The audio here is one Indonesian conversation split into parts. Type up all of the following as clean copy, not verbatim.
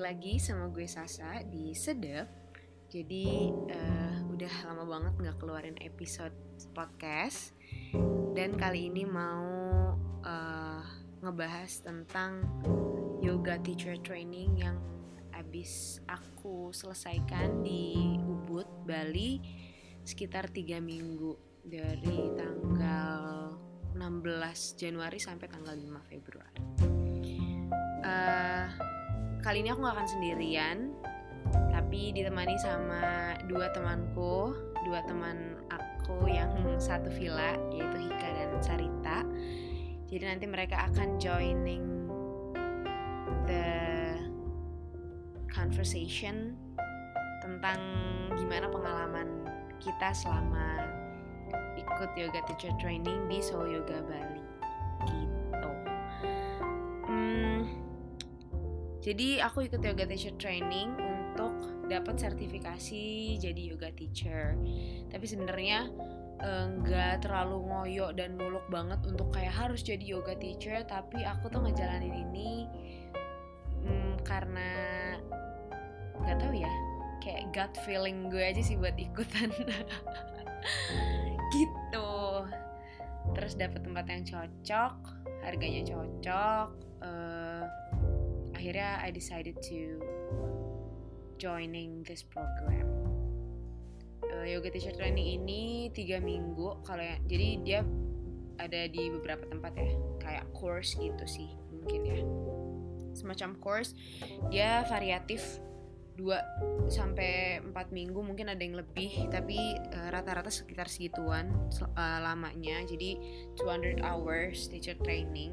lagi sama gue Sasa di Sedep. Jadi udah lama banget gak keluarin episode podcast. Dan kali ini mau ngebahas tentang yoga teacher training yang abis aku selesaikan di Ubud, Bali sekitar 3 minggu dari tanggal 16 Januari sampai tanggal 5 Februari. Kali ini aku gak akan sendirian, tapi ditemani sama dua teman aku yang satu villa, yaitu Hika dan Sarita. Jadi nanti mereka akan joining the conversation tentang gimana pengalaman kita selama ikut yoga teacher training di Soul Yoga Bali gitu. Jadi aku ikut yoga teacher training untuk dapat sertifikasi jadi yoga teacher. Tapi sebenarnya nggak terlalu ngoyo dan muluk banget untuk kayak harus jadi yoga teacher. Tapi aku tuh ngejalanin ini karena nggak tahu ya, kayak gut feeling gue aja sih buat ikutan gitu. Terus dapet tempat yang cocok, harganya cocok. Akhirnya I decided to joining this program. Yoga teacher training ini 3 minggu jadi dia ada di beberapa tempat ya, kayak course gitu sih mungkin ya, semacam course. Dia variatif 2-4 minggu, mungkin ada yang lebih, tapi rata-rata sekitar segituan lamanya. Jadi 200 hours teacher training.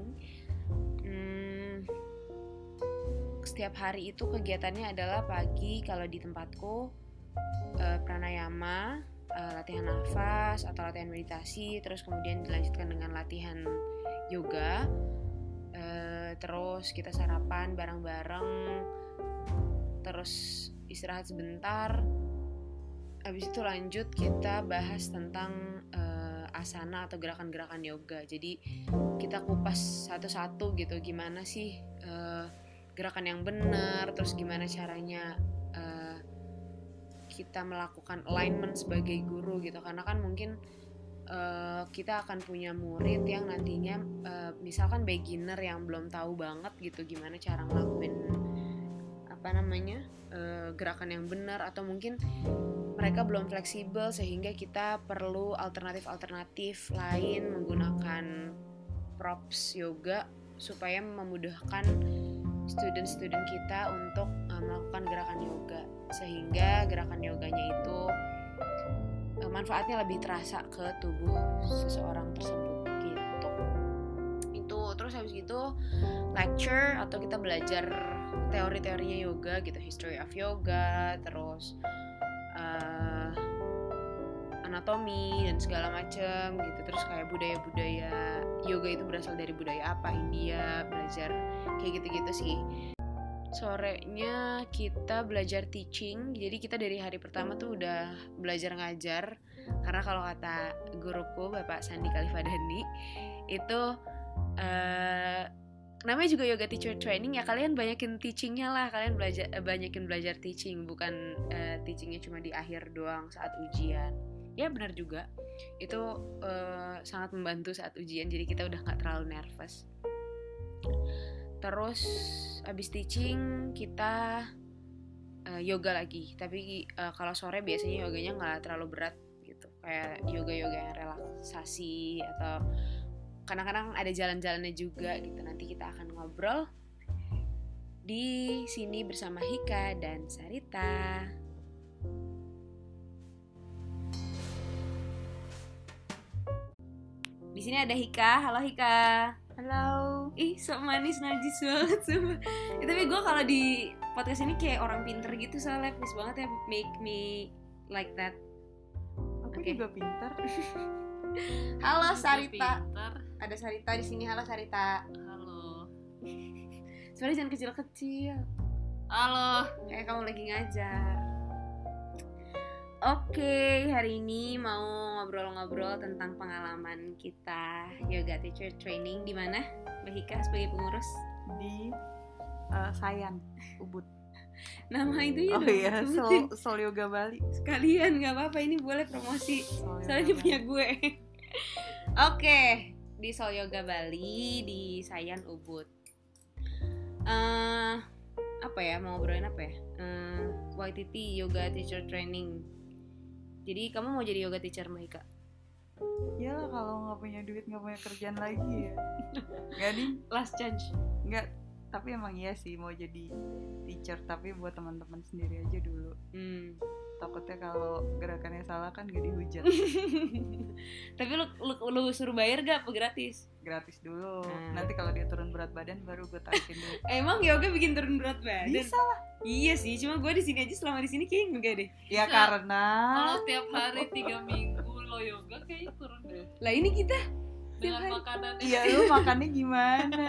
Setiap hari itu kegiatannya adalah pagi kalau di tempatku pranayama, latihan nafas atau latihan meditasi, terus kemudian dilanjutkan dengan latihan yoga, terus kita sarapan bareng-bareng, terus istirahat sebentar, habis itu lanjut kita bahas tentang asana atau gerakan-gerakan yoga. Jadi kita kupas satu-satu gitu, gimana sih gerakan yang benar, terus gimana caranya kita melakukan alignment sebagai guru gitu. Karena kan mungkin kita akan punya murid yang nantinya misalkan beginner yang belum tahu banget gitu gimana cara ngelakuin gerakan yang benar, atau mungkin mereka belum fleksibel sehingga kita perlu alternatif lain menggunakan props yoga supaya memudahkan student kita untuk melakukan gerakan yoga, sehingga gerakan yoganya itu manfaatnya lebih terasa ke tubuh seseorang tersebut gitu. Itu terus habis gitu lecture atau kita belajar teori-teorinya yoga gitu, history of yoga, terus anatomi dan segala macam gitu. Terus kayak budaya-budaya yoga itu berasal dari budaya apa, India, belajar kayak gitu-gitu sih. Sorenya kita belajar teaching. Jadi kita dari hari pertama tuh udah belajar ngajar, karena kalau kata guruku Bapak Sandi Kalifadani itu namanya juga yoga teacher training ya, kalian banyakin teachingnya lah, kalian banyakin belajar teaching, bukan teachingnya cuma di akhir doang saat ujian. Ya benar juga, itu sangat membantu saat ujian, jadi kita udah gak terlalu nervous. Terus abis teaching kita yoga lagi, tapi kalau sore biasanya yoganya gak terlalu berat gitu, kayak yoga-yoga yang relaksasi, atau kadang-kadang ada jalan-jalannya juga gitu. Nanti kita akan ngobrol di sini bersama Hika dan Sarita. Di sini ada Hika. Halo Hika. Halo. Ih, sok manis najis banget sumpah. Tapi gue kalau di podcast ini kayak orang pinter gitu, soalnya please banget ya make me like that. Aku juga pinter. Halo Sarita. Ada Sarita di sini. Halo Sarita. Halo. Suaranya jangan kecil-kecil. Halo. Kayak kamu lagi ngajar. Oke, hari ini mau ngobrol-ngobrol tentang pengalaman kita yoga teacher training di mana, Mbak Hika sebagai pengurus? Di Sayan, Ubud. Nama itu ya. Oh iya, Soul Yoga Bali. Sekalian nggak apa-apa, ini boleh promosi. Soalnya dia punya gue. Oke, di Soul Yoga Bali di Sayan Ubud. Apa ya, mau ngobrolin apa ya? YTT Yoga Teacher Training. Jadi kamu mau jadi yoga teacher, Mbak Ika? Iyalah, kalau nggak punya duit, nggak punya kerjaan lagi ya. Nggak nih? Last chance. Nggak, tapi emang iya sih mau jadi teacher, tapi buat teman-teman sendiri aja dulu. Takutnya kalau gerakannya salah kan gak dihujat. Tapi lu suruh bayar gak apa gratis? Gratis dulu. Nanti kalau dia turun berat badan baru gue tarikin dulu. Emang yoga bikin turun berat badan? Bisa lah. Iya sih, cuma gue di sini aja, selama di sini kayaknya enggak deh. Ya Bisa. karena Kalau tiap hari 3 minggu lo yoga kayaknya turun deh. Lah ini kita Dengan makanan iya, lu makannya gimana?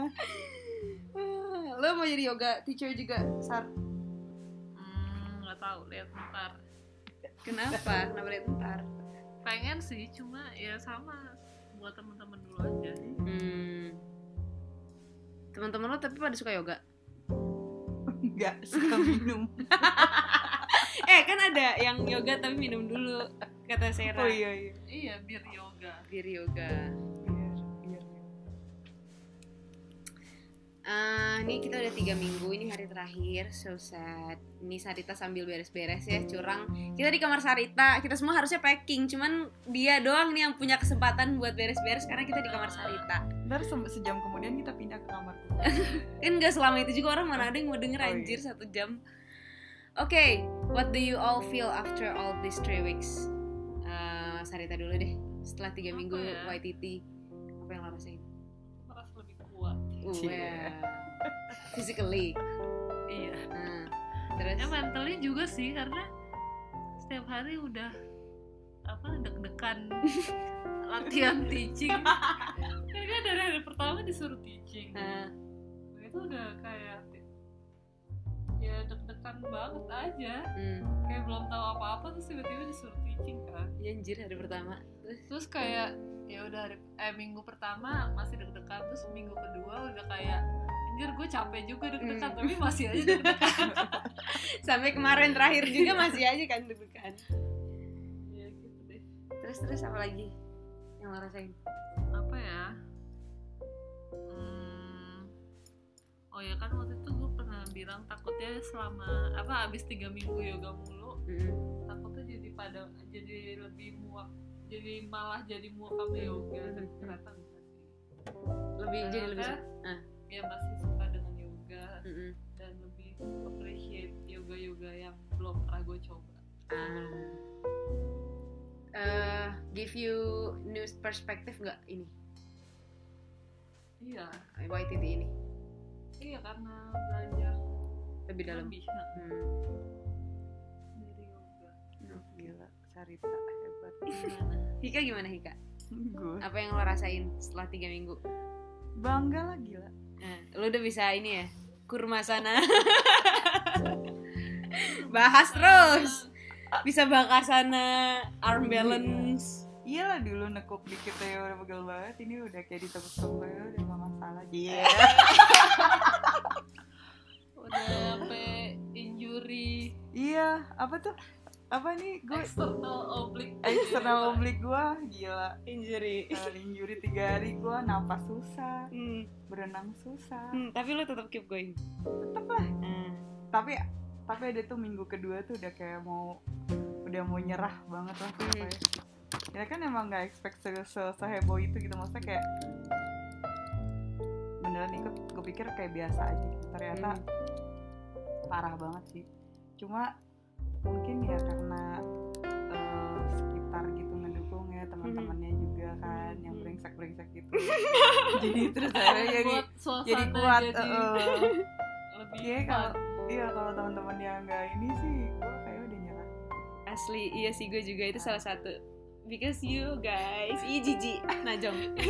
lo mau jadi yoga teacher juga, Sar? Nggak tahu, lihat ntar. Kenapa? Kenapa lihat ntar? Pengen sih, cuma ya sama buat teman-teman dulu aja. Teman-teman lo tapi pada suka yoga? Enggak, suka minum. Kan ada yang yoga tapi minum dulu, kata Sera. Oh iya. Iya, biar yoga. Bir yoga. Biar. Ini kita udah 3 minggu, ini hari terakhir, so sad. Ini Sarita sambil beres-beres ya, curang. Kita di kamar Sarita, kita semua harusnya packing, cuman dia doang nih yang punya kesempatan buat beres-beres karena kita di kamar Sarita. Ntar sejam kemudian kita pindah ke kamar. Kan gak selama itu juga, orang mana ada yang mau denger anjir 1 jam. Oke, what do you all feel after all these 3 weeks? Sarita dulu deh, setelah 3 minggu ya? YTT, apa yang lo rasain? Merasa lebih kuat. Physically. Iya. Terus? Ya mentally juga sih, karena setiap hari udah deg-degan latihan teaching. Kan dari hari pertama disuruh teaching. Itu udah kayak ya deg-degan banget aja. Kayak belum tahu apa-apa terus tiba-tiba disuruh teaching kan. Ya anjir, hari pertama. Terus kayak ya udah minggu pertama masih deg-degan, terus minggu kedua udah kayak anjir gue capek juga deg-degan, tapi masih aja deg-degan. Sampai kemarin terakhir juga masih aja kan deg-degan. Ya gitu deh. Terus apa lagi yang lo rasain? Apa ya? Oh ya kan waktu itu gue pernah bilang takutnya selama abis 3 minggu yoga mulu, takutnya jadi lebih muak, jadi malah jadi muak sama yoga. Dan ternyata enggak sih. Jadi lebih ya masih suka dengan yoga dan lebih appreciate yoga yang belum pernah gue coba. Give you new perspective nggak ini? Iya. YTT ini? Iya, karena belajar lebih dalam. dari yoga. Gila, Sarita hebat. Hika gimana Hika? Gue Apa yang lo rasain setelah 3 minggu? bangga lah, gila. Lo udah bisa ini ya, kurma sana. Bahas terus. Bisa bakasana, arm balance. Iyalah, dulu nekuk dikit ya udah pegel banget. Ini udah kayak ditepuk-tepuk ya udah gak masalah. Udah sampai injury. Iya, apa tuh? Apa nih? Gue external oblique gue gila. Injury. Injury 3 hari gue napas susah, berenang susah. Tapi lo tetap keep going. Tetep lah. Tapi ada tuh minggu kedua tuh udah kayak mau nyerah banget lah pokoknya. Ya kan emang nggak expect seheboh itu gitu, maksudnya kayak beneran ikut, gue pikir kayak biasa aja, ternyata parah banget sih. Cuma mungkin ya karena sekitar gitu ngedukung ya, teman-temannya juga kan yang brengsek gitu. Jadi terus akhirnya jadi kuat. Lebih kalau teman-teman yang nggak ini sih gue kayak udah nyerah. Asli, iya sih, gue juga itu salah satu. Because you guys, jijik, najong.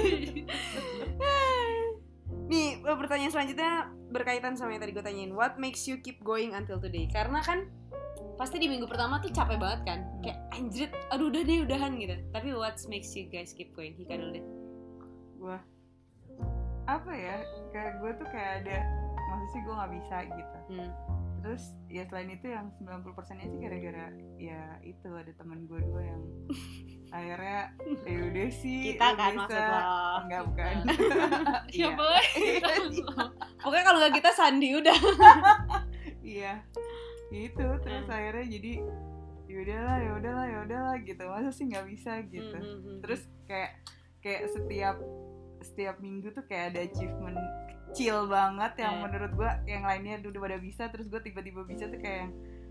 Nih, pertanyaan selanjutnya berkaitan sama yang tadi gue tanyain. What makes you keep going until today? Karena kan pasti di minggu pertama tuh capek banget kan, kayak anjrit, aduh udah deh, udahan gitu. Tapi what makes you guys keep going? Hika dulu deh. Gue apa ya, kayak gue tuh kayak ada, maksudnya sih gue nggak bisa gitu. Terus ya selain itu yang 90%-nya sih gara-gara ya itu ada temen gue 2 yang akhirnya ya udah sih Kita kan bisa. maksud lo. Enggak bukan. Siapa? Pokoknya kalau nggak kita Sandi udah. Iya itu terus akhirnya jadi ya udahlah gitu, masa sih nggak bisa gitu. Terus kayak setiap minggu tuh kayak ada achievement kecil banget yang menurut gue yang lainnya udah pada bisa, terus gue tiba-tiba bisa tuh kayak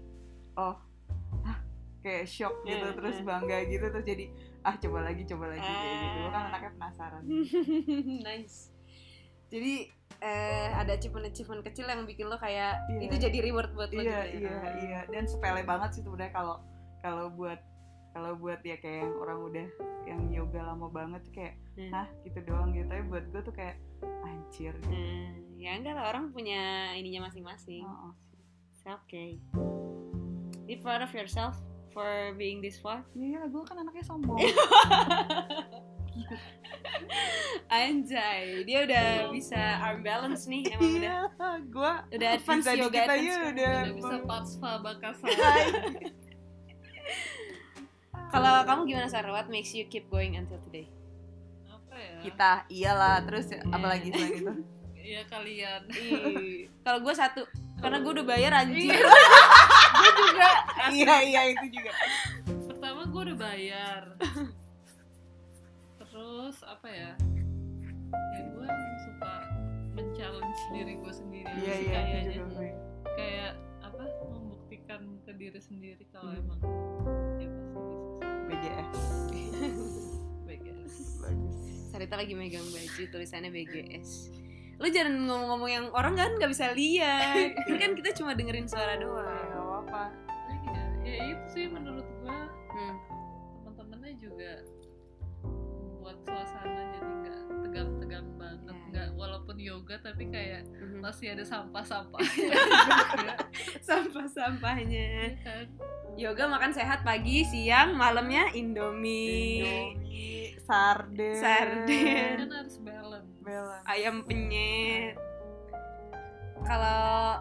kayak shock gitu, terus bangga gitu, terus jadi coba lagi kayak gitu. Gue kan anaknya penasaran. Nice. Jadi ada achievement kecil yang bikin lo kayak itu jadi reward buat lo gitu ya. Iya. Dan sepele banget sih sebenarnya kalau buat ya kayak yang orang udah yang yoga lama banget tuh kayak gitu doang gitu. Tapi buat gue tuh kayak anjir gitu. Ya enggak lah, orang punya ininya masing-masing. Okay. Be proud of yourself for being this far. Iya, gue kan anaknya sombong. Anjay, dia udah bisa arm balance nih, emang udah advance yoga advance. Udah bisa patsva bakasa. Kalau kamu gimana Sarah? What makes you keep going until today? Apa ya? Kita iyalah, terus apalagi selain itu? Iya kalian. Kalau gue satu, karena gue udah bayar anjir. Gue juga. Iya itu juga. Pertama gue udah bayar. Terus apa ya? Ya gue suka men-challenge diri gue sendiri. Iya kayaknya. juga gue. Kayak apa? Membuktikan ke diri sendiri kalau emang ya pasti bisa. BGS. Bagus. Sarita lagi megang baju tulisannya BGS. Lu jangan ngomong-ngomong yang orang kan nggak bisa lihat. Ini kan kita cuma dengerin suara doang. Gak apa-apa. Ya itu sih menurut gue. Teman-temannya juga buat suasana jadi nggak tegang-tegang banget, nggak walaupun yoga tapi kayak masih ada sampah-sampahnya. Sampah-sampahnya. Kan? Yoga makan sehat pagi, siang, malamnya Indomie, sarden. Kan harus balance. Ayam penyet. Kalau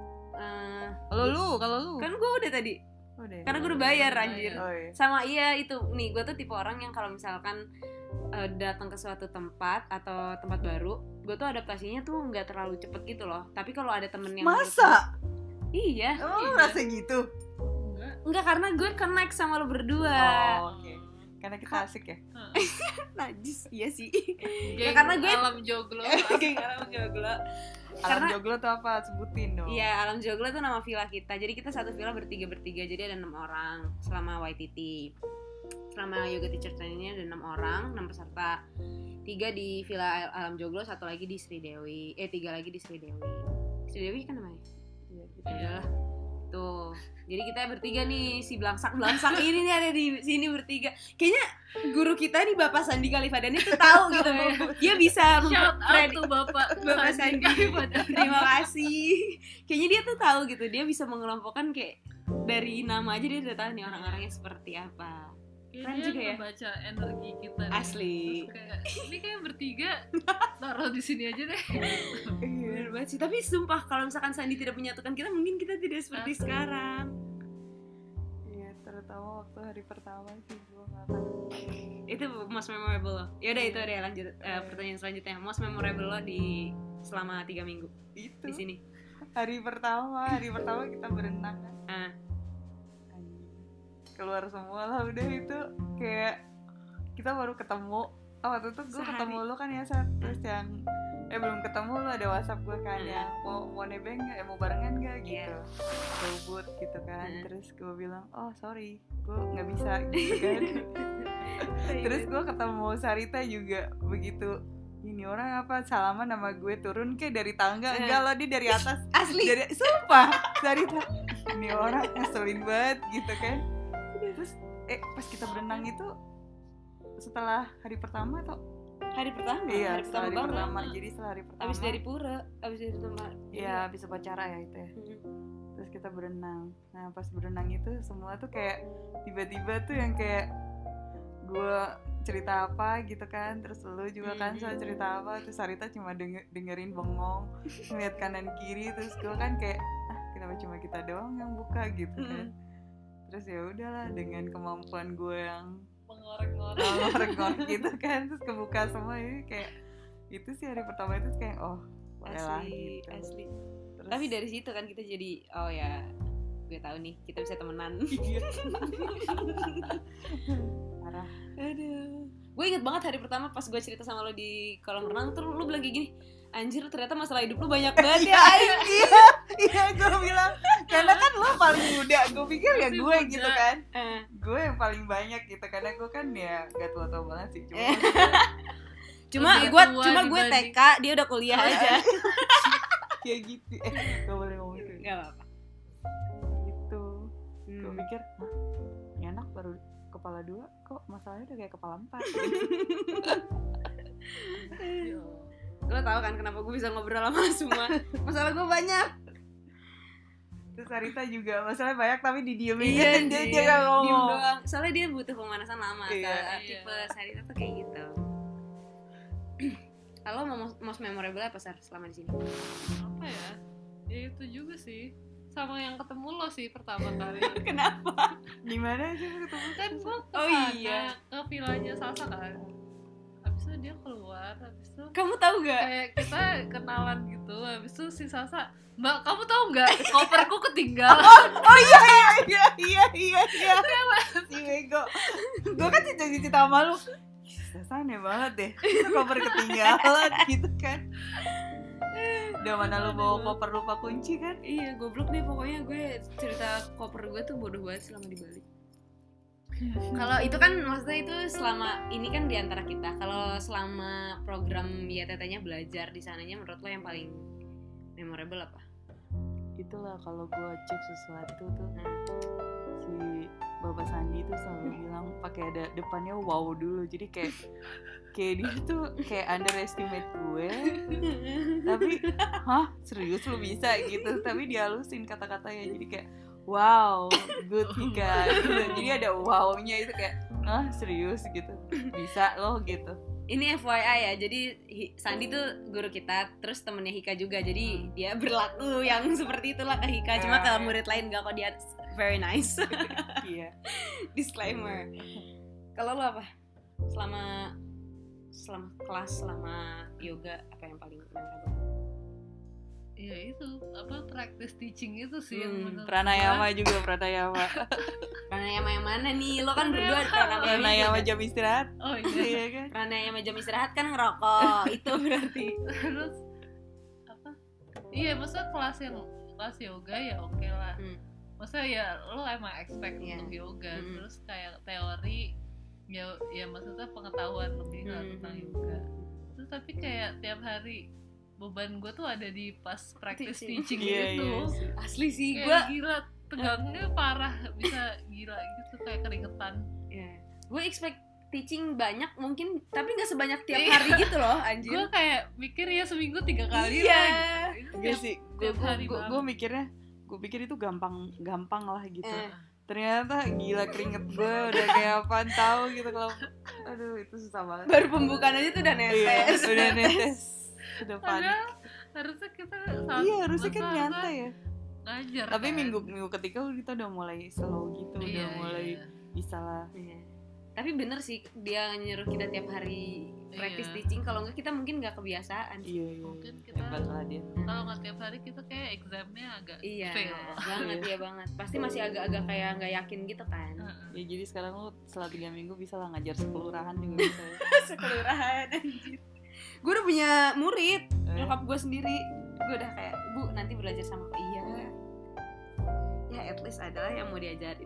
lu kan gue udah tadi. Karena gue udah bayar anjir. Sama itu nih, gue tuh tipe orang yang kalau misalkan datang ke suatu tempat atau tempat baru, gue tuh adaptasinya tuh nggak terlalu cepet gitu loh. Tapi kalau ada temen yang masa? Iya. Rasa gitu? Enggak, karena gue connect sama lo berdua. Oke. Karena kita asik ya? Najis, iya sih. Ya karena gue alam joglo. alam joglo. Alam joglo tuh apa? Sebutin dong. Iya, alam joglo tuh nama villa kita. Jadi kita satu villa bertiga, jadi ada 6 orang selama YTT. Selama yoga teacher training-nya ada 6 orang, 6 peserta. 3 di villa alam joglo, 1 lagi di Sri Dewi. 3 lagi di Sri Dewi. Sri Dewi kan namanya? Iya. Tuh. Jadi kita bertiga nih, si belangsak ini nih ada di sini bertiga. Kayaknya guru kita nih Bapak Sandi Kalifadani tuh tahu gitu. Dia bisa shout out tuh Bapak Sandi Kalifadani. Terima kasih. Kayaknya dia tuh tahu gitu. Dia bisa mengelompokkan kayak dari nama aja dia udah tahu nih orang-orangnya seperti apa. Keren juga ya. Baca energi kita. Asli. Kayak, ini kayak bertiga taruh di sini aja deh. Bener banget sih. Tapi sumpah kalau misalkan Sandi tidak menyatukan kita, mungkin kita tidak seperti sekarang. Iya, terutama waktu hari pertama sih gue nggak tahu. Itu most memorable lo. Yaudah itu deh lanjut pertanyaan selanjutnya. Most memorable lo di selama 3 minggu itu di sini. Hari pertama kita berenang kan. Keluar semua lah udah, itu kayak kita baru ketemu. Waktu itu gue ketemu lu kan ya saat terus yang belum ketemu lu ada WhatsApp gue kan yang mau nebeng nggak, mau barengan nggak gitu, gabut gitu kan. Terus gue bilang sorry gue nggak bisa gitu kan. Terus gue ketemu Sarita juga begitu. Ini orang apa salaman nama gue, turun kayak dari tangga, enggak loh, dia dari atas. Asli dari sumpah Sarita, ini orang ngeselin banget gitu kan. Terus pas kita berenang itu setelah hari pertama atau hari pertama? Iya, hari pertama. Jadi setelah hari pertama. Abis dari pura, abis dari tempat. Iya, habis upacara ya itu ya. Terus kita berenang. Nah, pas berenang itu semua tuh kayak tiba-tiba tuh yang kayak gue cerita apa gitu kan, terus lu juga kan soal cerita apa, terus Sarita cuma dengerin bengong, ngeliat kanan kiri, terus gue kan kayak kenapa kenapa cuma kita doang yang buka gitu kan. Terus ya udahlah, dengan kemampuan gue yang mengorek-ngorek gitu kan, terus kebuka semua. Ini kayak itu sih hari pertama itu kayak boleh lah gitu. Asli. Terus, Tapi dari situ kan kita jadi gue tahu nih kita bisa temenan. parah. Aduh. Gue inget banget hari pertama pas gue cerita sama lo di kolam renang tuh lu bilang kayak gini, anjir ternyata masalah hidup lu banyak banget ya. Iya gue bilang karena kan lo paling muda, gue pikir ya gue gitu kan. Gue yang paling banyak gitu karena gue kan ya gak tua-tua banget sih, cuma gue TK, dia udah kuliah aja. Kayak gitu. Gak boleh ngomong gitu. Gak apa-apa. Gitu. Gue pikir, ini anak baru kepala 2 kok masalahnya udah kayak kepala 4. Lo tau kan kenapa gue bisa ngobrol sama semua. Masalah gue banyak. Terus Sarita juga masalahnya banyak tapi didiemin. Iya, dia gak ngomong. Diem doang. Soalnya dia butuh pemanasan lama. Iya. Tipe Sarita tuh kayak gitu. Kalau most memorable apa Sar selama di sini? Apa ya? Ya itu juga sih. Sama yang ketemu lo sih pertama kali. Kenapa? Gimana sih ketemu? Kan gue iya. ke villanya Sasa kan. Habis itu dia keluar, habis itu Kamu tahu gak? kayak kita kenalan gitu. Habis itu si Sasa, "Mbak, kamu tahu nggak koperku ketinggalan?" Iya. Si bego. Gue kan cerita sama lu. Sasa aneh banget deh. Itu koper ketinggalan gitu kan. Udah mana lu bawa koper lupa kunci kan? Iya, goblok deh pokoknya gue cerita koper gue tuh bodoh banget selama di Bali. Kalau itu kan maksudnya itu selama ini kan di antara kita. Kalau selama program YTT-nya belajar di sananya menurut lo yang paling memorable apa? Itulah kalau gue achieve sesuatu tuh si Bapak Sandi tuh selalu bilang pakai ada depannya wow dulu. Jadi kayak dia tuh kayak underestimate gue. Tapi serius lu bisa gitu. Tapi dihalusin kata-katanya jadi kayak wow, good Hika gitu. Jadi ada wow-nya itu kayak serius gitu. Bisa loh gitu. Ini FYI ya, jadi Sandi tuh guru kita, terus temennya Hika juga. Jadi dia berlaku yang seperti itulah ke Hika. Cuma kalau murid lain gak, kok dia very nice. Iya. Disclaimer. Kalau lo apa? Selama kelas, selama yoga, apa yang paling memorable? Ya itu, practice teaching itu sih yang menurut Pranayama juga, pranayama. Pranayama yang mana nih? Lo kan berdua Pranayama jam istirahat. Oh iya kan? Pranayama jam istirahat kan ngerokok. Itu berarti. Terus iya, maksudnya kelas yoga ya oke lah. Maksudnya ya lo emang expect untuk yoga. Terus kayak teori ya maksudnya pengetahuan lebih lah tentang yoga. Terus tapi kayak tiap hari beban gue tuh ada di pas practice teaching gitu. Iya. Asli sih, gue gila, tegangnya parah, bisa gila gitu kayak keringetan. Gue expect teaching banyak mungkin, tapi nggak sebanyak tiap hari gitu loh, anjir. Gue kayak mikir ya seminggu 3 kali lah. Iya sih, gue pikir itu gampang lah gitu. Ternyata gila keringet gue udah kayak apaan tahu gitu kalau aduh itu susah banget. Baru pembukaan aja tuh udah netes. Iya, udah netes. Udah panik. Harusnya kita harusnya kan nyantai ya ngajar. Tapi kan? minggu ketiga kita udah mulai slow gitu, udah mulai bisa lah. Tapi bener sih dia nyuruh kita tiap hari practice teaching. Kalau nggak kita mungkin nggak kebiasaan. Iya. Mungkin kita hebat lah dia. Kalau nggak tiap hari kita kayak examnya agak fail. Banget. Pasti masih agak-agak kayak nggak yakin gitu kan. Ya jadi sekarang lo setelah 3 minggu bisa lah ngajar sekelurahan juga bisa. Sekelurahan anjir. Gue udah punya murid, nyokap gue sendiri. Gue udah kayak, "Bu, nanti belajar sama aku." Iya. Ya at least adalah yang mau diajarin.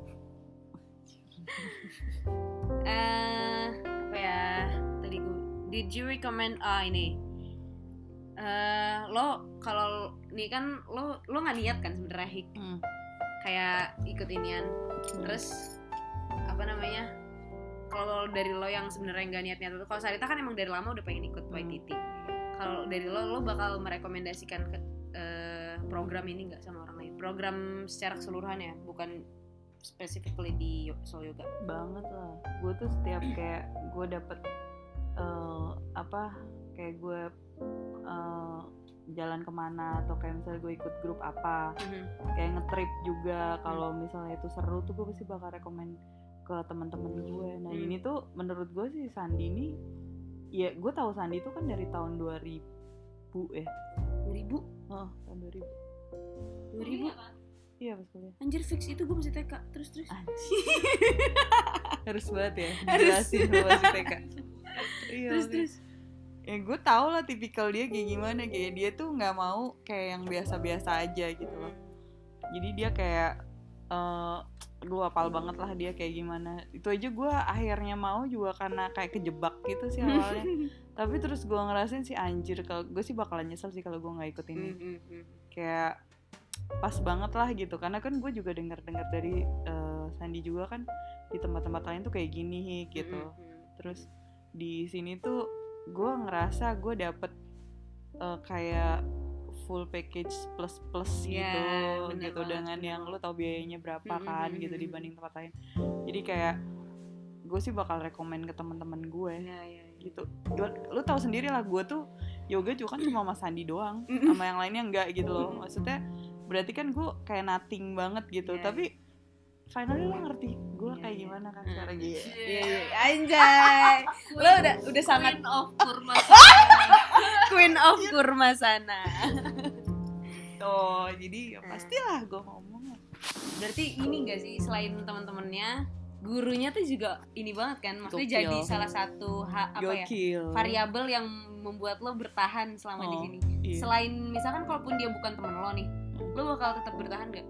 Apa ya? Tadi gue did you recommend ini? Lo kalau nih kan lo nggak niat kan sebenarnya Hik. Kayak ikut inian. Terus apa namanya? Kalau dari lo yang sebenarnya nggak niat-niat itu, kalau Sarita kan emang dari lama udah pengen ikut YTT. Kalau dari lo bakal merekomendasikan program ini nggak sama orang lain? Program secara keseluruhan ya, bukan specifically di Soul Yoga. Banget lah. Gue tuh setiap kayak gue dapet kayak gue jalan kemana atau kayak misalnya gue ikut grup apa, kayak ngetrip juga. Kalau misalnya itu seru tuh gue pasti bakal rekomen ke teman-teman gue. Nah ini tuh menurut gue sih Sandi ini, ya gue tahu Sandi itu kan dari tahun 2000 ya. 2000? Oh, tahun 2000. 2000? Iya pas kuliah. Anjir fix itu gue masih TK. Terus. Harus banget ya jelasin lu masih TK. Iya, terus. Ya gue tau lah tipikal dia kayak gimana, kayak dia tuh nggak mau kayak yang biasa-biasa aja gitu loh. Jadi dia kayak gue hafal banget lah dia kayak gimana. Itu aja gue akhirnya mau juga karena kayak kejebak gitu sih awalnya. Tapi terus gue ngerasain sih anjir, kalau gue sih bakalan nyesel sih kalau gue nggak ikut ini. Kayak pas banget lah gitu, karena kan gue juga dengar dari Sandi juga kan di tempat-tempat lain tuh kayak gini gitu. Terus di sini tuh gue ngerasa gue dapet kayak full package plus gitu gitu dengan yang lu tau biayanya berapa kan gitu dibanding tempat lain. Jadi kayak gue sih bakal rekomen ke teman-teman gue gitu. Lu tau sendiri lah, gue tuh yoga juga kan cuma sama Sandi doang, sama yang lainnya enggak gitu loh. Maksudnya berarti kan gue kayak nothing banget gitu, tapi finally lo ngerti gue kayak gimana kan sekarang gitu. Anjay. Lo udah sangat Queen of Kurma sana. Tuh, jadi ya pastilah gue ngomong. Berarti ini enggak sih, selain teman-temannya, gurunya tuh juga ini banget kan? Maksudnya Gokil. jadi salah satu variabel yang membuat lo bertahan selama di sini. Iya. Selain misalkan kalaupun dia bukan temen lo nih, lo bakal tetap bertahan gak?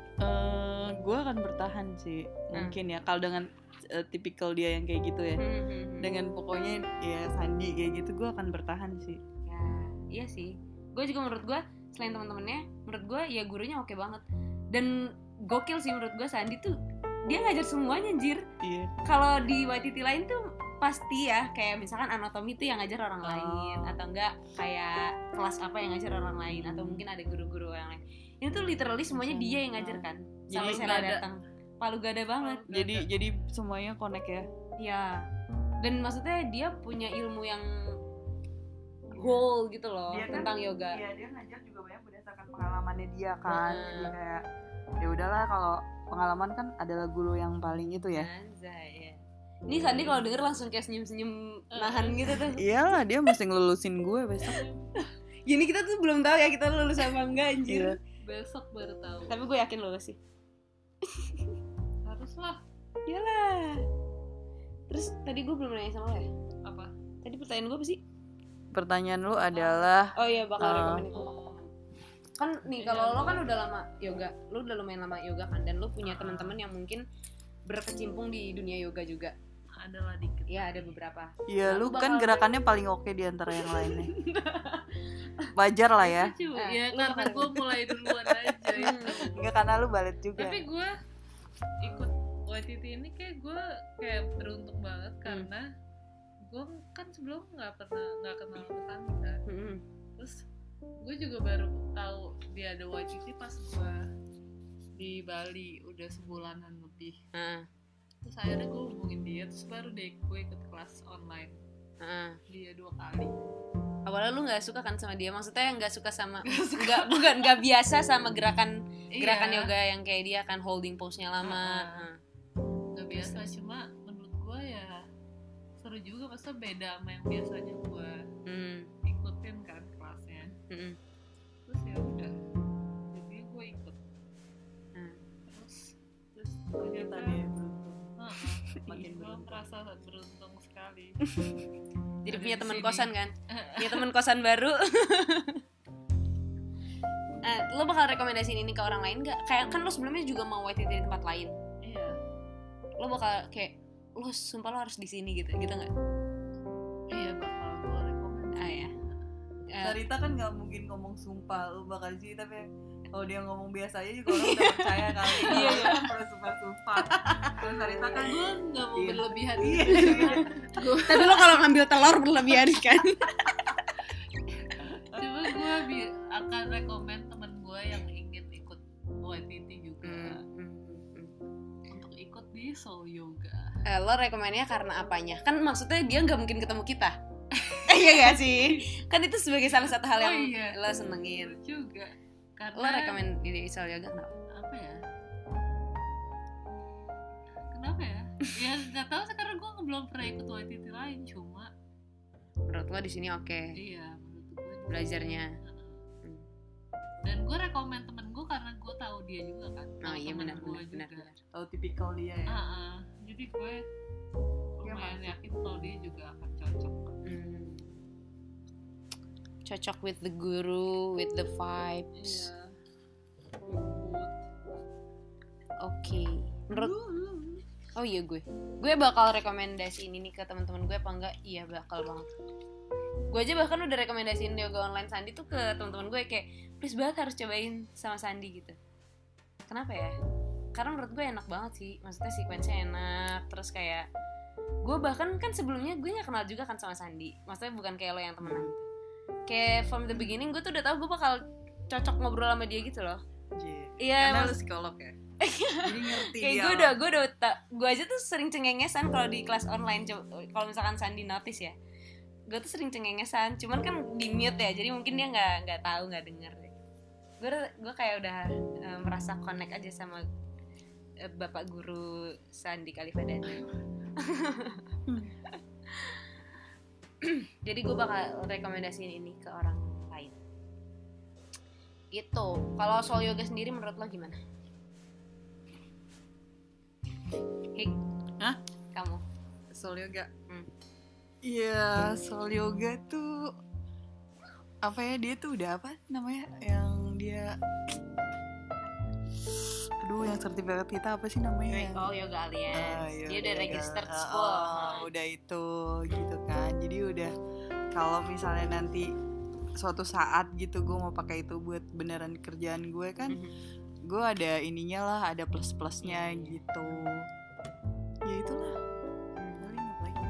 Gue akan bertahan sih mungkin ya kalau dengan tipikal dia yang kayak gitu ya. Dengan pokoknya ya Sandi kayak gitu, gue akan bertahan sih. Ya iya sih, gue juga menurut gue selain teman-temannya, menurut gue ya gurunya oke banget. Dan gokil sih menurut gue Sandi tuh, dia ngajar semuanya anjir. Iya. Kalau di YTT lain tuh pasti ya kayak misalkan anatomi tuh yang ngajar orang lain, atau enggak kayak kelas apa yang ngajar orang lain, atau mungkin ada guru-guru yang lain. Ini tuh literally semuanya dia yang ngajar kan. Sampai Sela datang. Palu gada banget. Jadi semuanya connect ya. Iya. Dan maksudnya dia punya ilmu yang whole gitu loh dia tentang kan, yoga. Iya, dia ngajar juga banyak berdasarkan pengalamannya dia kan. Jadi kayak ya udahlah, kalau pengalaman kan adalah guru yang paling itu ya. Anjay, ya. Ini Sandi kalau denger langsung kayak senyum-senyum nahan gitu tuh. Iyalah, dia mesti ngelulusin gue besok. Gini kita tuh belum tahu ya kita lulus apa enggak anjir. Iya. Besok baru tahu. Tapi gue yakin lulus sih. Haruslah. Iyalah. Terus tadi gue belum nanya sama lo ya? Apa? Tadi pertanyaan gue apa sih? Pertanyaan lu adalah oh iya, bakal rekomen itu ke teman. Kan nih kalau lo kan udah lama yoga, lo udah lumayan lama yoga kan, dan lo punya teman-teman yang mungkin berkecimpung di dunia yoga juga. Adalah dikit. Iya, ada beberapa. Iya, lu kan gerakannya paling oke di antara yang lainnya. Wajar lah ya. Ya karena gue mulai duluan aja ya. Enggak, karena lu balet juga. Tapi gue ikut YTT ini kayak gue kayak beruntung banget karena gue kan sebelum nggak kenal Sandi kan. Terus gue juga baru tahu dia ada YTT pas gue di Bali udah sebulanan lebih. Terus akhirnya gue hubungin dia, terus baru deh gue ikut kelas online. Dia 2 kali. Awalnya lu nggak suka kan sama dia, maksudnya nggak suka sama nggak biasa sama gerakan yoga yang kayak dia kan holding pose-nya lama. Nggak biasa, cuma menurut gue ya seru juga, masa beda sama yang biasanya gue ikutin kan kelasnya. Terus ya udah, jadi gue ikut. Terus ternyata gue merasa beruntung sekali. Jadi punya teman kosan kan? Punya teman kosan baru. Lo bakal rekomendasiin ini ke orang lain gak? Kayak kan lo sebelumnya juga mau YTT di tempat lain. Iya. Lo bakal kayak lo sumpah lo harus di sini gitu gak? Iya, bakal gue rekomendasi. Sarita kan nggak mungkin ngomong sumpah lo bakal di sini, tapi kalau dia ngomong biasa aja juga orang udah percaya kali. Iya, kan perlu sumpah. Kalau Sarita kan gue nggak mau berlebihan. Tapi lo kalau ngambil telur berlebihan kan? Cuma gue akan rekomen temen gue yang ingin ikut YTT juga untuk ikut di Soul Yoga. Lo rekomennya karena apanya? Kan maksudnya dia nggak mungkin ketemu kita. Iya gak sih? Kan itu sebagai salah satu hal yang iya. lo senengin. Juga karena Lo rekomen di Soul Yoga kenapa? apa ya? Kenapa ya? Ya nggak tahu sih karena gue belum pernah ikut YTT lain, cuma Menurut lo di sini oke iya menurut gue belajarnya. dan gue rekomen temen gue karena gue tahu dia juga kan. Oh Tahu iya temen benar gue benar. juga. Tahu tipikal dia ya. Jadi gue Dia lumayan masuk. yakin kalau dia juga akan cocok. Cocok with the guru, with the vibes. Iya. Oke. Menurut Oh iya gue bakal rekomendasiin ini ke teman-teman gue apa enggak? Iya bakal banget. Gue aja bahkan udah rekomendasiin yoga online Sandi tuh ke teman-teman gue kayak please banget harus cobain sama Sandi gitu. Kenapa ya? Karena menurut gue enak banget sih. Maksudnya sequence-nya enak. Terus kayak gue bahkan kan sebelumnya gue nggak kenal juga kan sama Sandi. Maksudnya bukan kayak lo yang temenan gitu. Kayak from the beginning gue tuh udah tahu gue bakal cocok ngobrol sama dia gitu loh. Iya. Karena lu psikolog ya. Jadi ngerti Kayak dia. gue aja tuh sering cengengesan kalau di kelas online. Kalau misalkan Sandi notice ya, gue tuh sering cengengesan. Cuman kan di mute ya, jadi mungkin dia nggak tahu, nggak denger. Gue kayak udah merasa connect aja sama bapak guru Sandi Kalifadani. Jadi gue bakal rekomendasiin ini ke orang lain. Itu. Kalau soal yoga sendiri menurut lo gimana? Hik. Hah? Kamu. Soul Yoga. Iya, Soul Yoga tuh apa ya, dia tuh udah apa namanya yang dia yang sertifikat kita apa sih namanya? Oh, Yoga Alliance. Dia udah Yoga. registered school. Udah itu gitu kan. Jadi udah kalau misalnya nanti suatu saat gitu gue mau pakai itu buat beneran kerjaan gue kan, gue ada ininya lah, ada plus-plusnya gitu. Ya itulah. Paling apa lagi?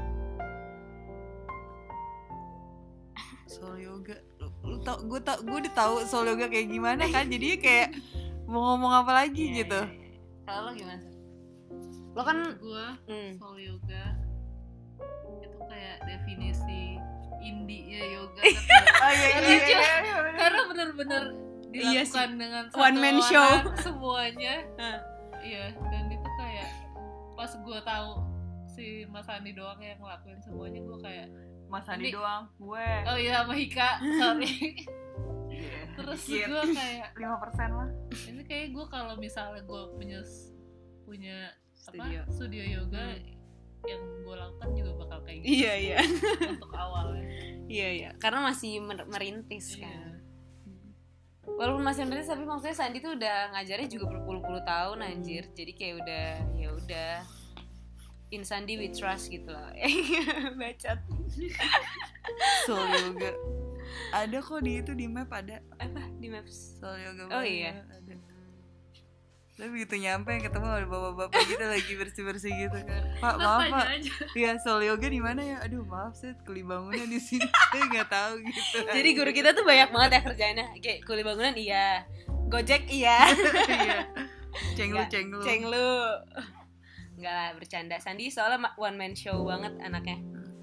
Soul Yoga. Lu tau, gue udah tahu Soul Yoga kayak gimana kan. Jadi kayak mau ngomong apa lagi gitu. Kalau lo gimana? Lo kan Gue Soul Yoga itu kayak definisi indie-nya yoga. Karena benar-benar dilakukan dengan satu one man show semuanya. Iya, dan itu kayak pas gue tahu si Mas Andi doang yang ngelakuin semuanya, gue kayak Mas Andi doang, gue. Oh iya, sama Hika, sorry. Terus gue kayak 5% lah. ini kayak gue kalau misalnya gue punya studio yoga yang gue lakukan juga bakal kayak gitu. Iya. Untuk awalnya. Iya. Karena masih merintis kan. Walaupun masih merintis tapi maksudnya Sandi tuh udah ngajarnya juga berpuluh-puluh tahun anjir. Jadi kayak udah in Sandi we trust gitu loh. Bacot. Soul Yoga. Ada kok di map ada. Apa di Maps? Soul Yoga. Oh iya. Ada. Tapi begitu nyampe ketemu ada bapak-bapak gitu lagi bersih-bersih gitu kan. Pak, maaf Pak. Iya, Soul Yoga di mana ya? Aduh, maaf saya kuli bangunan di sini. Saya enggak tahu gitu. Jadi guru kita tuh banyak banget ya kerjaannya. Kayak kuli bangunan iya. Gojek iya. Iya. Cenglu. Enggak lah, bercanda. Sandi soalnya one man show banget anaknya.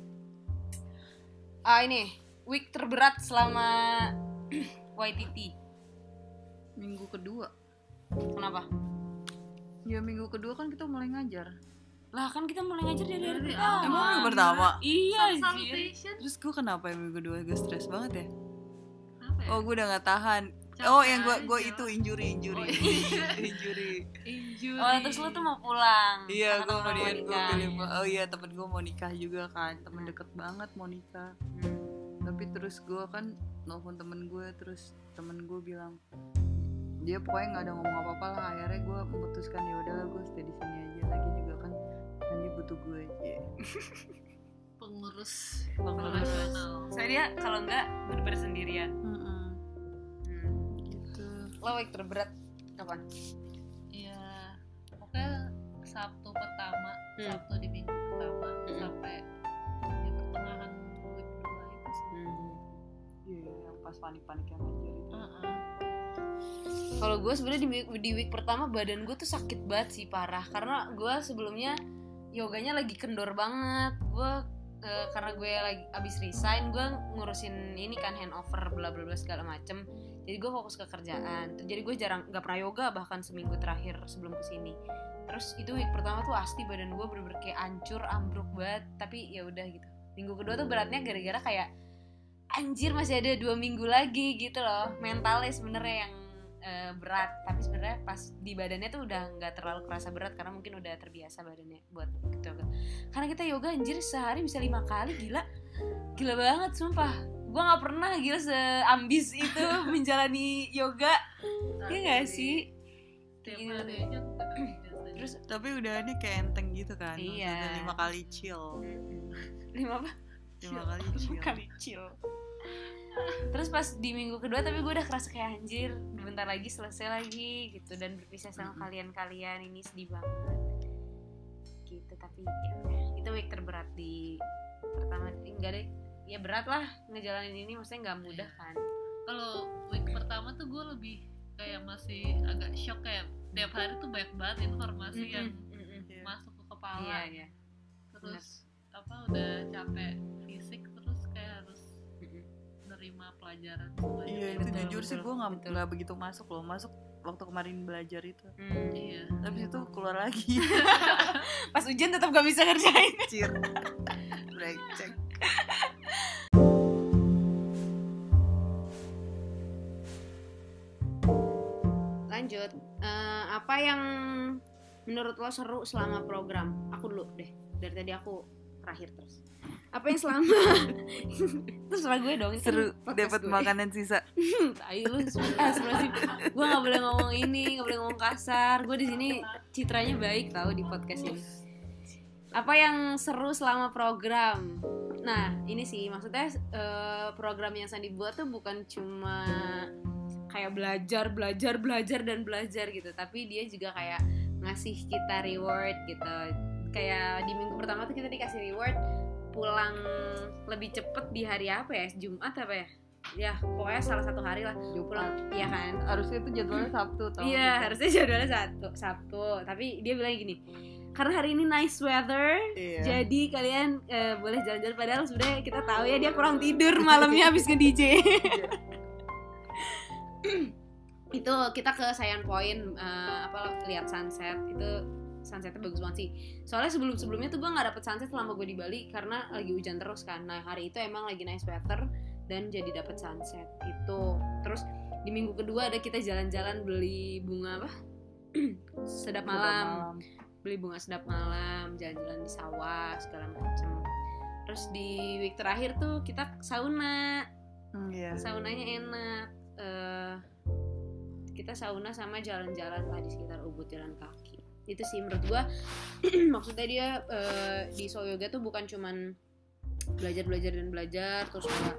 Ini week terberat selama YTT. Minggu kedua. Kenapa? Ya minggu kedua kan kita mulai ngajar. Lah kan kita mulai ngajar dari hari awal. Emang minggu pertama? Iya anjir. Salutation. Terus gue kenapa ya minggu kedua gue stres banget ya? Apa ya? Oh gue udah gak tahan. Capek Oh yang gue aja. itu injury. Injury. Oh terus lu tuh mau pulang. Iya, gue Karena mau temen gue nikah. pilih. Oh iya, temen gue mau nikah juga kan, temen deket banget mau nikah. Tapi terus gue kan nelfon temen gue, terus temen gue bilang dia pokoknya nggak ada ngomong apa-apa lah. Akhirnya gue memutuskan ya udahlah gue stay di sini aja. Lagi juga kan Sandi butuh gue aja. Pengurus. Saya dia kalau enggak bener-bener sendirian. Gitu. Lo week terberat kapan? Iya, pokoknya Sabtu pertama, Sabtu di minggu pertama sampai ya pertengahan week kedua itu sih. Iya, yang pas panik-paniknya ngajar itu. Kalau gue sebenarnya di week pertama badan gue tuh sakit banget sih parah karena gue sebelumnya yoganya lagi kendor banget. Gue karena gue lagi abis resign, gue ngurusin ini kan handover bla bla bla segala macem. Jadi gue fokus ke kerjaan. Jadi gue jarang nggak pernah yoga bahkan seminggu terakhir sebelum kesini. Terus itu week pertama tuh asli badan gue bener-bener kayak hancur, ambruk banget. Tapi ya udah gitu. Minggu kedua tuh beratnya gara-gara kayak anjir masih ada 2 minggu lagi gitu loh. Mentalnya sebenarnya yang berat, tapi sebenarnya pas di badannya tuh udah nggak terlalu kerasa berat karena mungkin udah terbiasa badannya buat gitu. Karena kita yoga anjir sehari bisa 5 kali, gila banget sumpah. Gue nggak pernah gila seambis itu menjalani yoga, ya nggak sih? Tiap hari aja aku biasanya. Terus tapi udah ini kayak enteng gitu kan? Iya. Maksudnya 5 kali chill. 5 apa? 5 kali chill. Terus pas di minggu kedua tapi gue udah kerasa kayak anjir bentar lagi selesai lagi gitu, dan berpisah sama kalian ini sedih banget gitu. Tapi ya itu week terberat di pertama, enggak deh ya, berat lah ngejalanin ini, maksudnya nggak mudah kan. Kalau week pertama tuh gue lebih kayak masih agak shock, kayak tiap hari tuh banyak banget informasi yang masuk ke kepala. Iya. Terus udah capek fisik, terus kayak harus nerima pelajaran semuanya. Iya, itu Betul, jujur sih betul, gue nggak begitu masuk waktu kemarin belajar itu. Iya. Tapi itu keluar lagi. Pas ujian tetap gak bisa ngerjain. Cir. Break. Lanjut, apa yang menurut lo seru selama program? Aku dulu deh, dari tadi aku terakhir terus. Apa yang selama terserah gue dong, Seru dapat makanan sisa. Tai lu, sih. Gue nggak boleh ngomong ini, nggak boleh ngomong kasar. Gue di sini citranya baik tau di podcast ini. Apa yang seru selama program? Nah ini sih maksudnya program yang Sandi buat tuh bukan cuma kayak belajar gitu, tapi dia juga kayak ngasih kita reward gitu. Kayak di minggu pertama tuh kita dikasih reward pulang lebih cepet di hari apa ya, Jumat apa ya, ya pokoknya salah satu hari lah pulang, iya kan. Harusnya itu jadwalnya Sabtu tau. Iya harusnya jadwalnya Sabtu, tapi dia bilang gini, karena hari ini nice weather, jadi kalian boleh jalan-jalan. Padahal sebenarnya kita tahu ya dia kurang tidur malamnya habis nge-DJ. Itu kita ke Sayan Point lihat sunset. Itu sunsetnya bagus banget sih. Soalnya sebelumnya tuh gue nggak dapet sunset selama gue di Bali karena lagi hujan terus kan. Nah hari itu emang lagi nice weather dan jadi dapet sunset itu. Terus di minggu kedua ada kita jalan-jalan beli bunga sedap malam. Beli bunga sedap malam, jalan-jalan di sawah segala macem. Terus di week terakhir tuh kita sauna. Saunanya enak. Kita sauna sama jalan-jalan lah di sekitar Ubud, jalan kaki. Itu sih menurut gua maksudnya dia di Soul Yoga tuh bukan cuman belajar terus kayak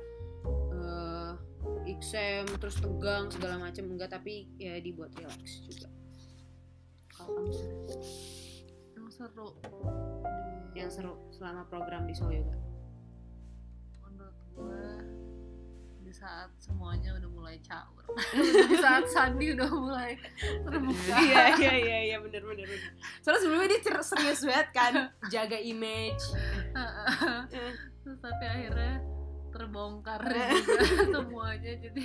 exam terus tegang segala macam, enggak, tapi ya dibuat relax juga. Kalau kamu yang seru selama program di Soul Yoga? Menurut gua di saat semuanya udah mulai caur. Di saat Sandi udah mulai terbuka. Iya bener. Soalnya sebelumnya dia serius banget kan, jaga image. Terus tapi akhirnya terbongkar juga semuanya, jadi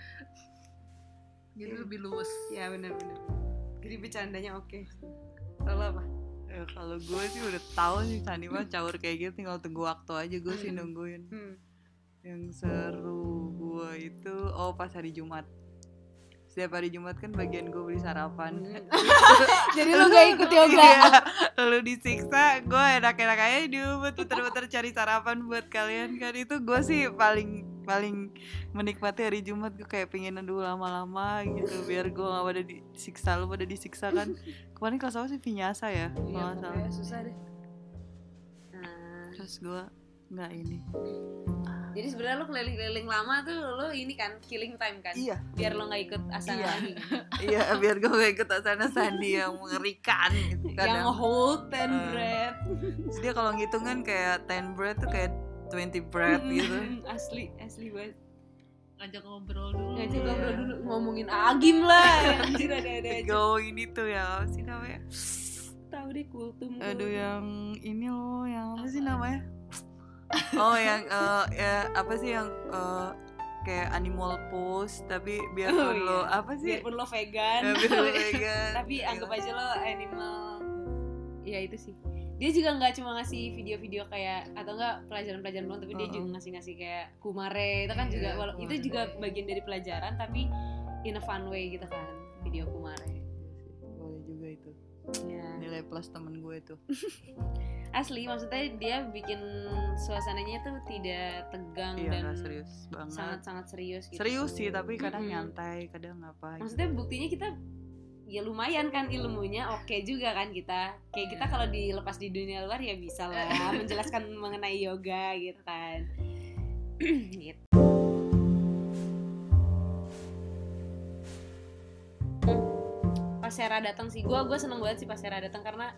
lebih luwes. Ya bener. Jadi bercandanya oke. Kalau apa? Kalau gue sih udah tahu sih Sandi mah caur kayak gitu, tinggal tunggu waktu aja. Gue sih nungguin. Yang seru gue itu pas hari Jumat. Setiap hari Jumat kan bagian gue beli sarapan. Jadi lu gak ikut yoga? Lu disiksa, gue enak-enak aja di Ubud puter-puter cari sarapan buat kalian kan. Itu gue sih paling menikmati hari Jumat. Gue kayak pengen dulu lama-lama gitu biar gue gak pada disiksa. Lu pada disiksa kan. Kemarin kelas apa sih, Vinyasa ya? Iya pokoknya susah deh. Terus gue gak ini. Jadi sebenarnya lo keliling-keliling lama tuh lo ini kan killing time kan? Iya. Biar lo nggak ikut asana lagi. Iya, biar gue nggak ikut asana Sandi yang mengerikan gitu. Yang hold 10 breath. Terus dia kalau ngitung kan kayak 10 breath tuh kayak 20 breath gitu. Asli banget. Ngajak ngobrol dulu. Ngomongin Agim lah. Anjir ada aja. Ngomongin itu ya, apa sih namanya? Tahu deh kultum. Aduh yang ini loh, yang apa sih namanya? Oh yang ya apa sih yang kayak animal pose tapi biarpun lo apa sih? Biarpun lo vegan. Ya, biarpun lo vegan. Tapi anggap aja lo animal. Ya itu sih. Dia juga nggak cuma ngasih video-video kayak atau enggak pelajaran-pelajaran doang, tapi dia juga ngasih kayak kumare itu kan juga itu juga bagian dari pelajaran tapi in a fun way gitu kan, video kumare. Boleh juga itu. Ya. Nilai plus temen gue tuh. Asli maksudnya dia bikin suasananya tuh tidak tegang dan serius banget. Sangat-sangat serius gitu. Serius sih tapi kadang nyantai, kadang apa. Maksudnya buktinya kita ya lumayan kan ilmunya oke juga kan kita. Kayak kita kalau dilepas di dunia luar ya bisa lah menjelaskan mengenai yoga gitu kan. Gitu. Pas Sarah datang sih, gue seneng banget sih pas Sarah datang karena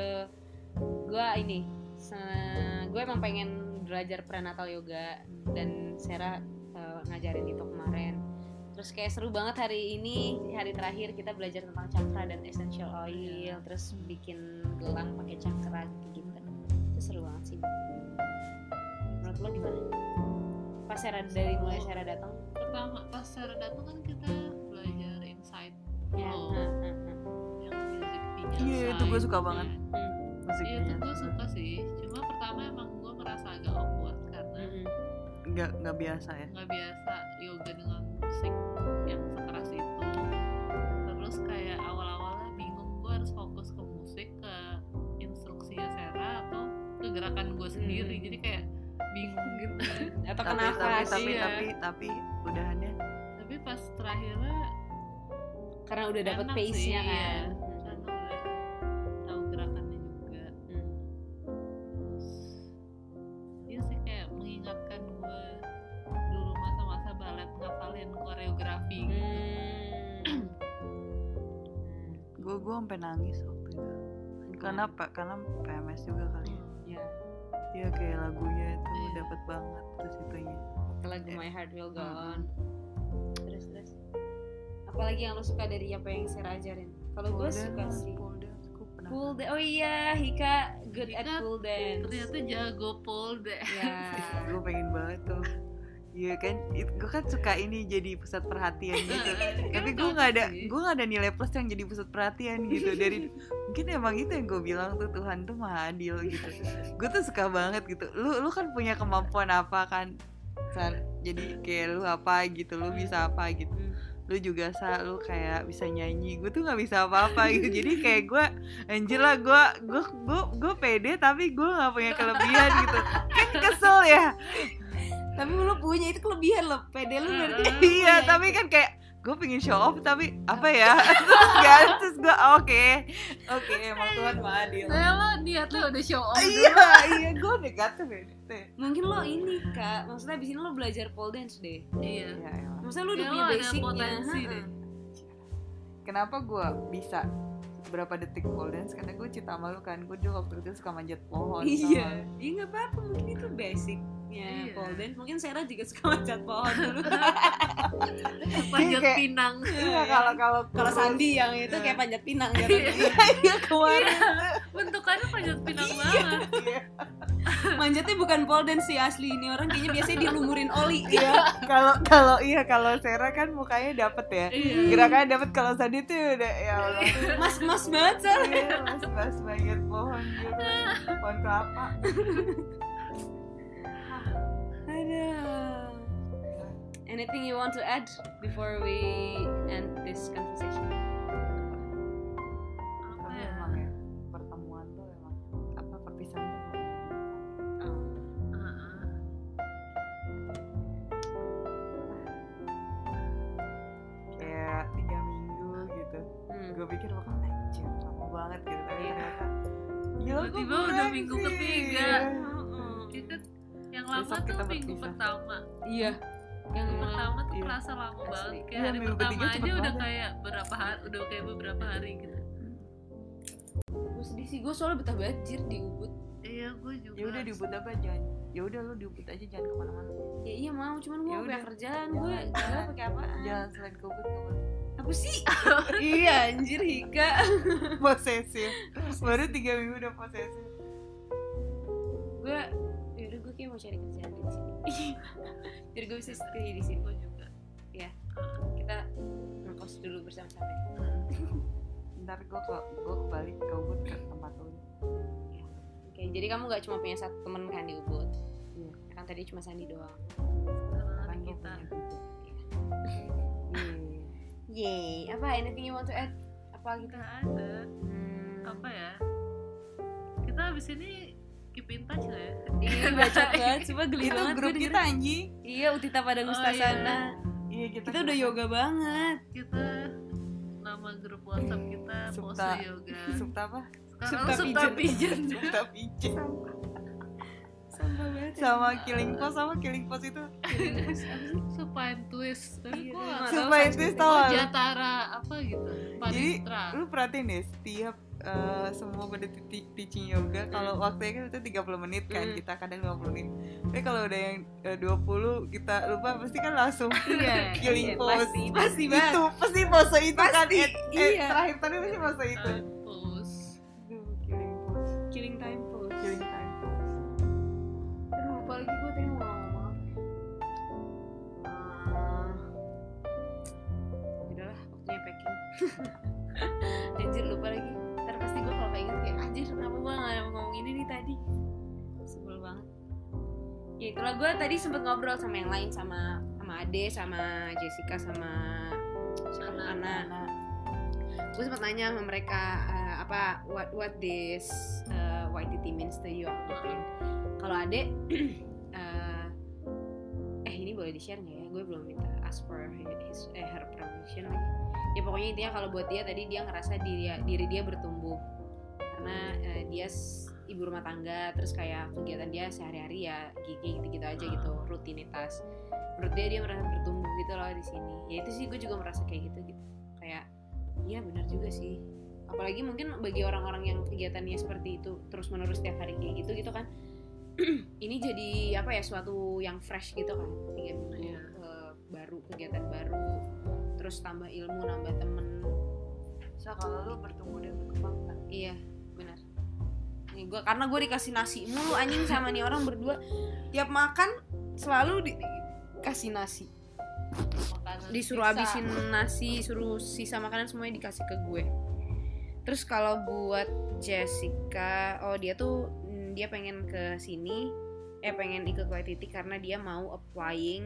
gue emang pengen belajar prenatal yoga dan Sarah ngajarin itu kemarin. Terus kayak seru banget hari ini, hari terakhir kita belajar tentang chakra dan essential oil, terus bikin gelang pakai chakra gitu. Itu seru banget sih. Menurut lo gimana? Pas Sarah dari mulai Sarah datang? Pertama pas Sarah datang kan kita belajar insight Ya. yang music video. Iya itu gue suka banget. Iya itu gue suka sih. Cuma pertama emang gue merasa agak awkward karena nggak biasa ya. Nggak biasa yoga dengan musik yang sekeras itu. Terus kayak awal-awalnya bingung gue harus fokus ke musik, ke instruksinya Sarah atau ke gerakan gue sendiri. Jadi kayak bingung gitu. Atau kenapa sih? Tapi udahannya. Tapi pas terakhirnya Karena udah dapet pace-nya kan. Iya. Karena udah tahu gerakannya juga. Terus dia sih kayak mengingatkan gue dulu masa-masa balet ngafalin koreografi gitu. Gue sampai nangis waktu itu. Karena PMS juga kali ya. Iya. Iya kayak lagunya itu dapet banget terus itunya. Lagu My Heart Will Go On. Terus apalagi yang lo suka dari apa yang Sarah ajarin? Kalau gue suka sih pole dance, gue pernah. Pole dance. Oh iya, Hika good at pole dance. Ternyata jago pole dance. Ya. Gue pengen banget tuh. Iya kan, gue kan suka ini jadi pusat perhatian gitu. Tapi gue nggak ada nilai plus yang jadi pusat perhatian gitu. Dari mungkin emang itu yang gue bilang tuh Tuhan tuh maha adil gitu. Gue tuh suka banget gitu. Lu kan punya kemampuan apa kan? Jadi kayak lu apa gitu, lu bisa apa gitu. Lu juga lu kayak bisa nyanyi, gue tuh nggak bisa apa-apa gitu. Jadi kayak gue anjir lah, gue pede tapi gue nggak punya kelebihan gitu. Kan kesel ya. Tapi lu punya itu kelebihan lo, pede lu berarti. Iya, tapi kan kayak gue pengen show off tapi apa ya? Terus gue oke, emang Tuhan maha adil. Saya lo niat lo udah show off. Iya, gue negatif ya. Mungkin lo ini Kak, maksudnya abis ini lo belajar pole dance deh. Iya. Maksudnya lo udah Ya, punya lo ada basicnya. potensi deh. Kenapa gue bisa berapa detik pole dance? Karena gue cinta sama lu kan. Gue dulu waktu itu suka manjat pohon. Iya, iya nggak apa-apa, mungkin itu basicnya pole dance. Mungkin Sarah juga suka manjat pohon dulu. Panjat Kayak- pinang. Iya, kalau Sandi yang itu kayak panjat pinang gitu. iya kemarin. Bentukannya panjat pinang banget. Manjatnya bukan pole dance sih asli, ini orang kayaknya biasanya dilumurin oli. Iya, kalau Sarah kan mukanya dapet ya. Iya. Gerakannya dapet, kalau Sandi tuh udah ya Allah. Mas banget Sarah. Iya, mas banget pohon gitu. Pohon kelapa. Aduh. Anything you want to add before we end this conversation? Apa Tapi ya? emang ya pertemuan tuh emang apa perpisahan tuh kayak 3 minggu gitu. Gue pikir bakal anjir lama banget gitu, tapi ternyata gila, Tiba-tiba gua udah kurang minggu sih. ketiga. Iya. Itu yang lama Besok tuh kita minggu berpisah. pertama. Iya. Yang Pertama tuh Iya. kerasa lama Asli. banget. Kayak Iya, hari minggu pertama ketiga aja cepet udah banget. kayak beberapa hari gitu. gue sedih sih, gue soalnya betah banget jir di Ubud. Iya, gue juga. Ya udah di Ubud apa jangan. Ya udah lu di Ubud aja, jangan kemana-mana. Ya iya mau, cuman gue Ya punya udah. kerjaan, Jangan. gue pakai apaan? Jangan selain ke Ubud nggak boleh. Apa sih? Iya anjir Hika. Posesif. Baru 3 minggu udah posesif. Gue yaudah gue kayak mau cari kerjaan di sini. Biar gue bisa stay di sini. Gue juga. Ya, kita ngekos dulu bersama-sama. Ntar gue balik ke Ubud ke tempat lu. Oke, jadi kamu gak cuma punya satu temen kan di Ubud? Iya. Kan tadi cuma Sandi doang. Karena Kan gue kita punya tiga. Yeay, apa anything you want to add? Apa gitu? nggak ada apa ya, kita abis ini keep in touch lah ya. Iya, baca banget, coba geli Itu banget grup gue kita anjing. Iya, Utita Padang Ustasana. Iya Kita udah yoga banget. Kita nama grup WhatsApp kita Subta. pose yoga. Subta apa? Sekarang Subta Pigeon. Subta pigeon. Sampah banget. Sama killing pose itu. Supine twist. Tapi Iya, gue nggak nggak tahu Supine Sanskrit. twist tau. Jatara apa gitu. Jadi Panistra. lu perhatiin deh setiap semua pada teaching yoga kalau waktunya kan itu 30 menit kan, kita kadang 50 menit. Tapi kalau udah yang 20 kita lupa pasti kan langsung Iya, killing iya, pose. pasti banget. Itu pasti pose itu kan. Pasti, iya. Terakhir tadi pasti pose itu. Terus Aduh, killing pose. Killing time pose. Killing time pose. Aduh, lupa lagi gue tadi mau ngomong apa. Udahlah, waktunya packing. Anjir, lupa lagi. Ntar pasti gue kalau inget kayak anjir kenapa gue gak ngomong ini nih tadi. Sebel banget. Ya itulah, gue tadi sempet ngobrol sama yang lain, sama Ade, sama Jessica, sama Ana. Gue sempet nanya sama mereka what this YTT means to you. Kalau Ade ini boleh di-share nggak ya? Gue belum minta ask for her permission lagi. Ya pokoknya intinya kalau buat dia tadi dia ngerasa diri dia bertumbuh karena dia ibu rumah tangga, terus kayak kegiatan dia sehari-hari ya gigi gitu-gitu aja gitu, rutinitas. Menurut dia merasa bertumbuh gitu loh di sini. Ya itu sih gue juga merasa kayak gitu. Kayak iya benar juga sih. Apalagi mungkin bagi orang-orang yang kegiatannya seperti itu terus-menerus setiap hari kayak gitu kan. Ini jadi apa ya, suatu yang fresh gitu kan, 3 minggu baru, kegiatan baru, terus tambah ilmu, nambah temen. So kalau lu bertumbuh dan berkembang kan? Iya benar. Nih karena gue dikasih nasi mulu anjing sama nih orang berdua, tiap makan selalu dikasih nasi, disuruh habisin nasi, suruh sisa makanan semuanya dikasih ke gue. Terus kalau buat Jessica, dia pengen ke sini, pengen ikut YTT karena dia mau applying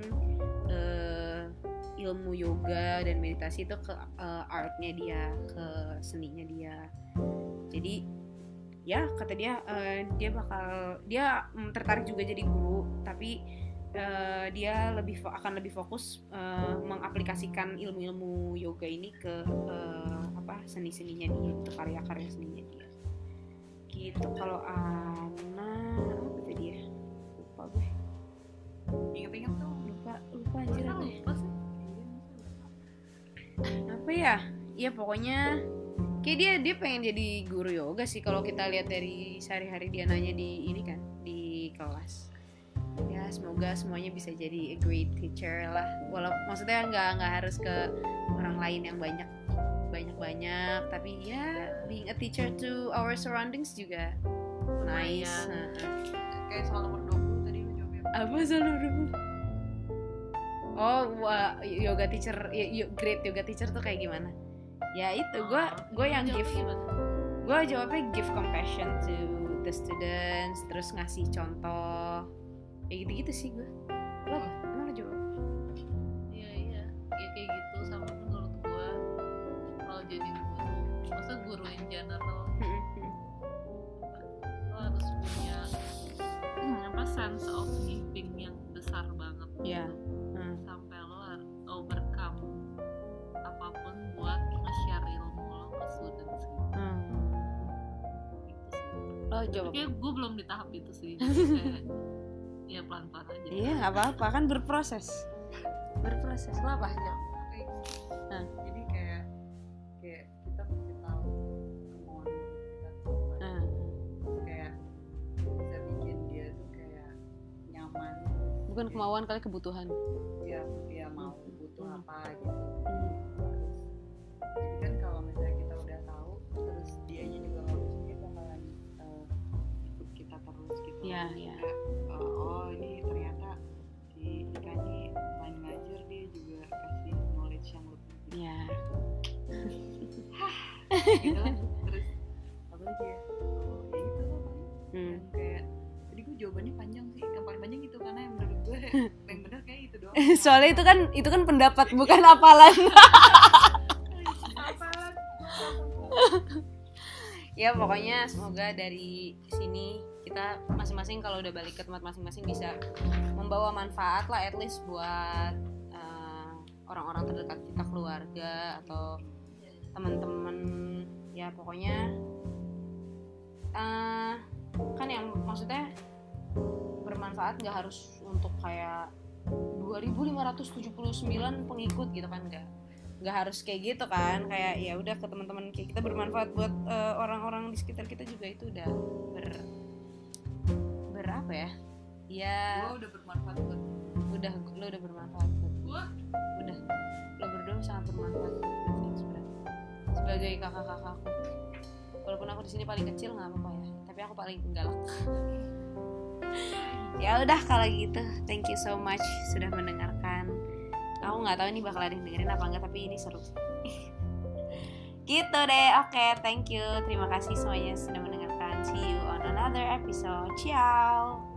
ilmu yoga dan meditasi itu ke artnya dia, ke seninya dia. Jadi ya kata dia dia tertarik juga jadi guru, tapi dia akan lebih fokus mengaplikasikan ilmu-ilmu yoga ini ke seni-seninya dia, ke karya-karya seninya dia. Gitu. Kalau Ana apa tadi ya? Lupa gue. Ingat-ingat tuh. Lupa anjir apa ya? lupa sih. Apa ya? Ya pokoknya kayak dia pengen jadi guru yoga sih kalau kita lihat dari sehari-hari dia nanya di ini kan, di kelas. Ya semoga semuanya bisa jadi a great teacher lah. Walaupun maksudnya nggak harus ke orang lain yang banyak, tapi ya being a teacher to our surroundings juga nice. Kayak soal nomor 20 tadi lu jawabnya. Apa soal nomor 20? Oh, yoga teacher, great yoga teacher tuh kayak gimana? Ya itu gue yang gue jawabnya give compassion to the students, terus ngasih contoh kayak gitu sih gue. Lo emang lo jawab? Iya ya kayak gitu. Sama menurut gua kalau jadi guru, masa guru in general lo harus punya sense of giving yang besar banget. Iya. Sampai lo overcome apapun buat nge-share ilmu lo ke students gitu. Gitu sih. Lo jawab. Kayak gue belum di tahap itu sih. Kayak ya pelan-pelan aja. Iya nggak apa-apa kan, berproses. Lo apa jawab? Jadi kayak kita mesti tahu kemauan kita tuh kayak bisa bikin dia tuh kayak nyaman. Bukan kemauan kali, kebutuhan. Dia mau butuh apa gitu. Terus jadi kan kalau misalnya kita udah tahu, terus dianya juga dia bakalan ikut kita terus gitu. Iya. Oh ini gitu kan. Terus apa lagi ya, ya itu yang kayak tadi gue jawabannya panjang sih, yang paling panjang itu karena yang menurut gue yang benar kayak itu doang. Soalnya itu kan pendapat bukan hafalan. Ya pokoknya semoga dari sini kita masing-masing kalau udah balik ke tempat masing-masing bisa membawa manfaat lah, at least buat orang-orang terdekat kita, keluarga atau teman-teman. Ya pokoknya kan yang maksudnya bermanfaat nggak harus untuk kayak 2579 pengikut gitu kan, nggak harus kayak gitu kan, kayak ya udah ke teman-teman kayak kita bermanfaat buat orang-orang di sekitar kita juga itu udah berapa ya? Ya. Gua udah bermanfaat buat. Lo udah bermanfaat buat. Udah. Lo berdua sangat bermanfaat buat sebagai kakak-kakakku. Walaupun aku di sini paling kecil nggak apa-apa ya, tapi aku paling galak. Ya udah kalau gitu, thank you so much sudah mendengarkan. Aku nggak tahu ini bakal ada yang dengerin apa enggak, tapi ini seru. Gitu deh, oke, thank you, terima kasih semuanya sudah mendengarkan. See you on another episode. Ciao.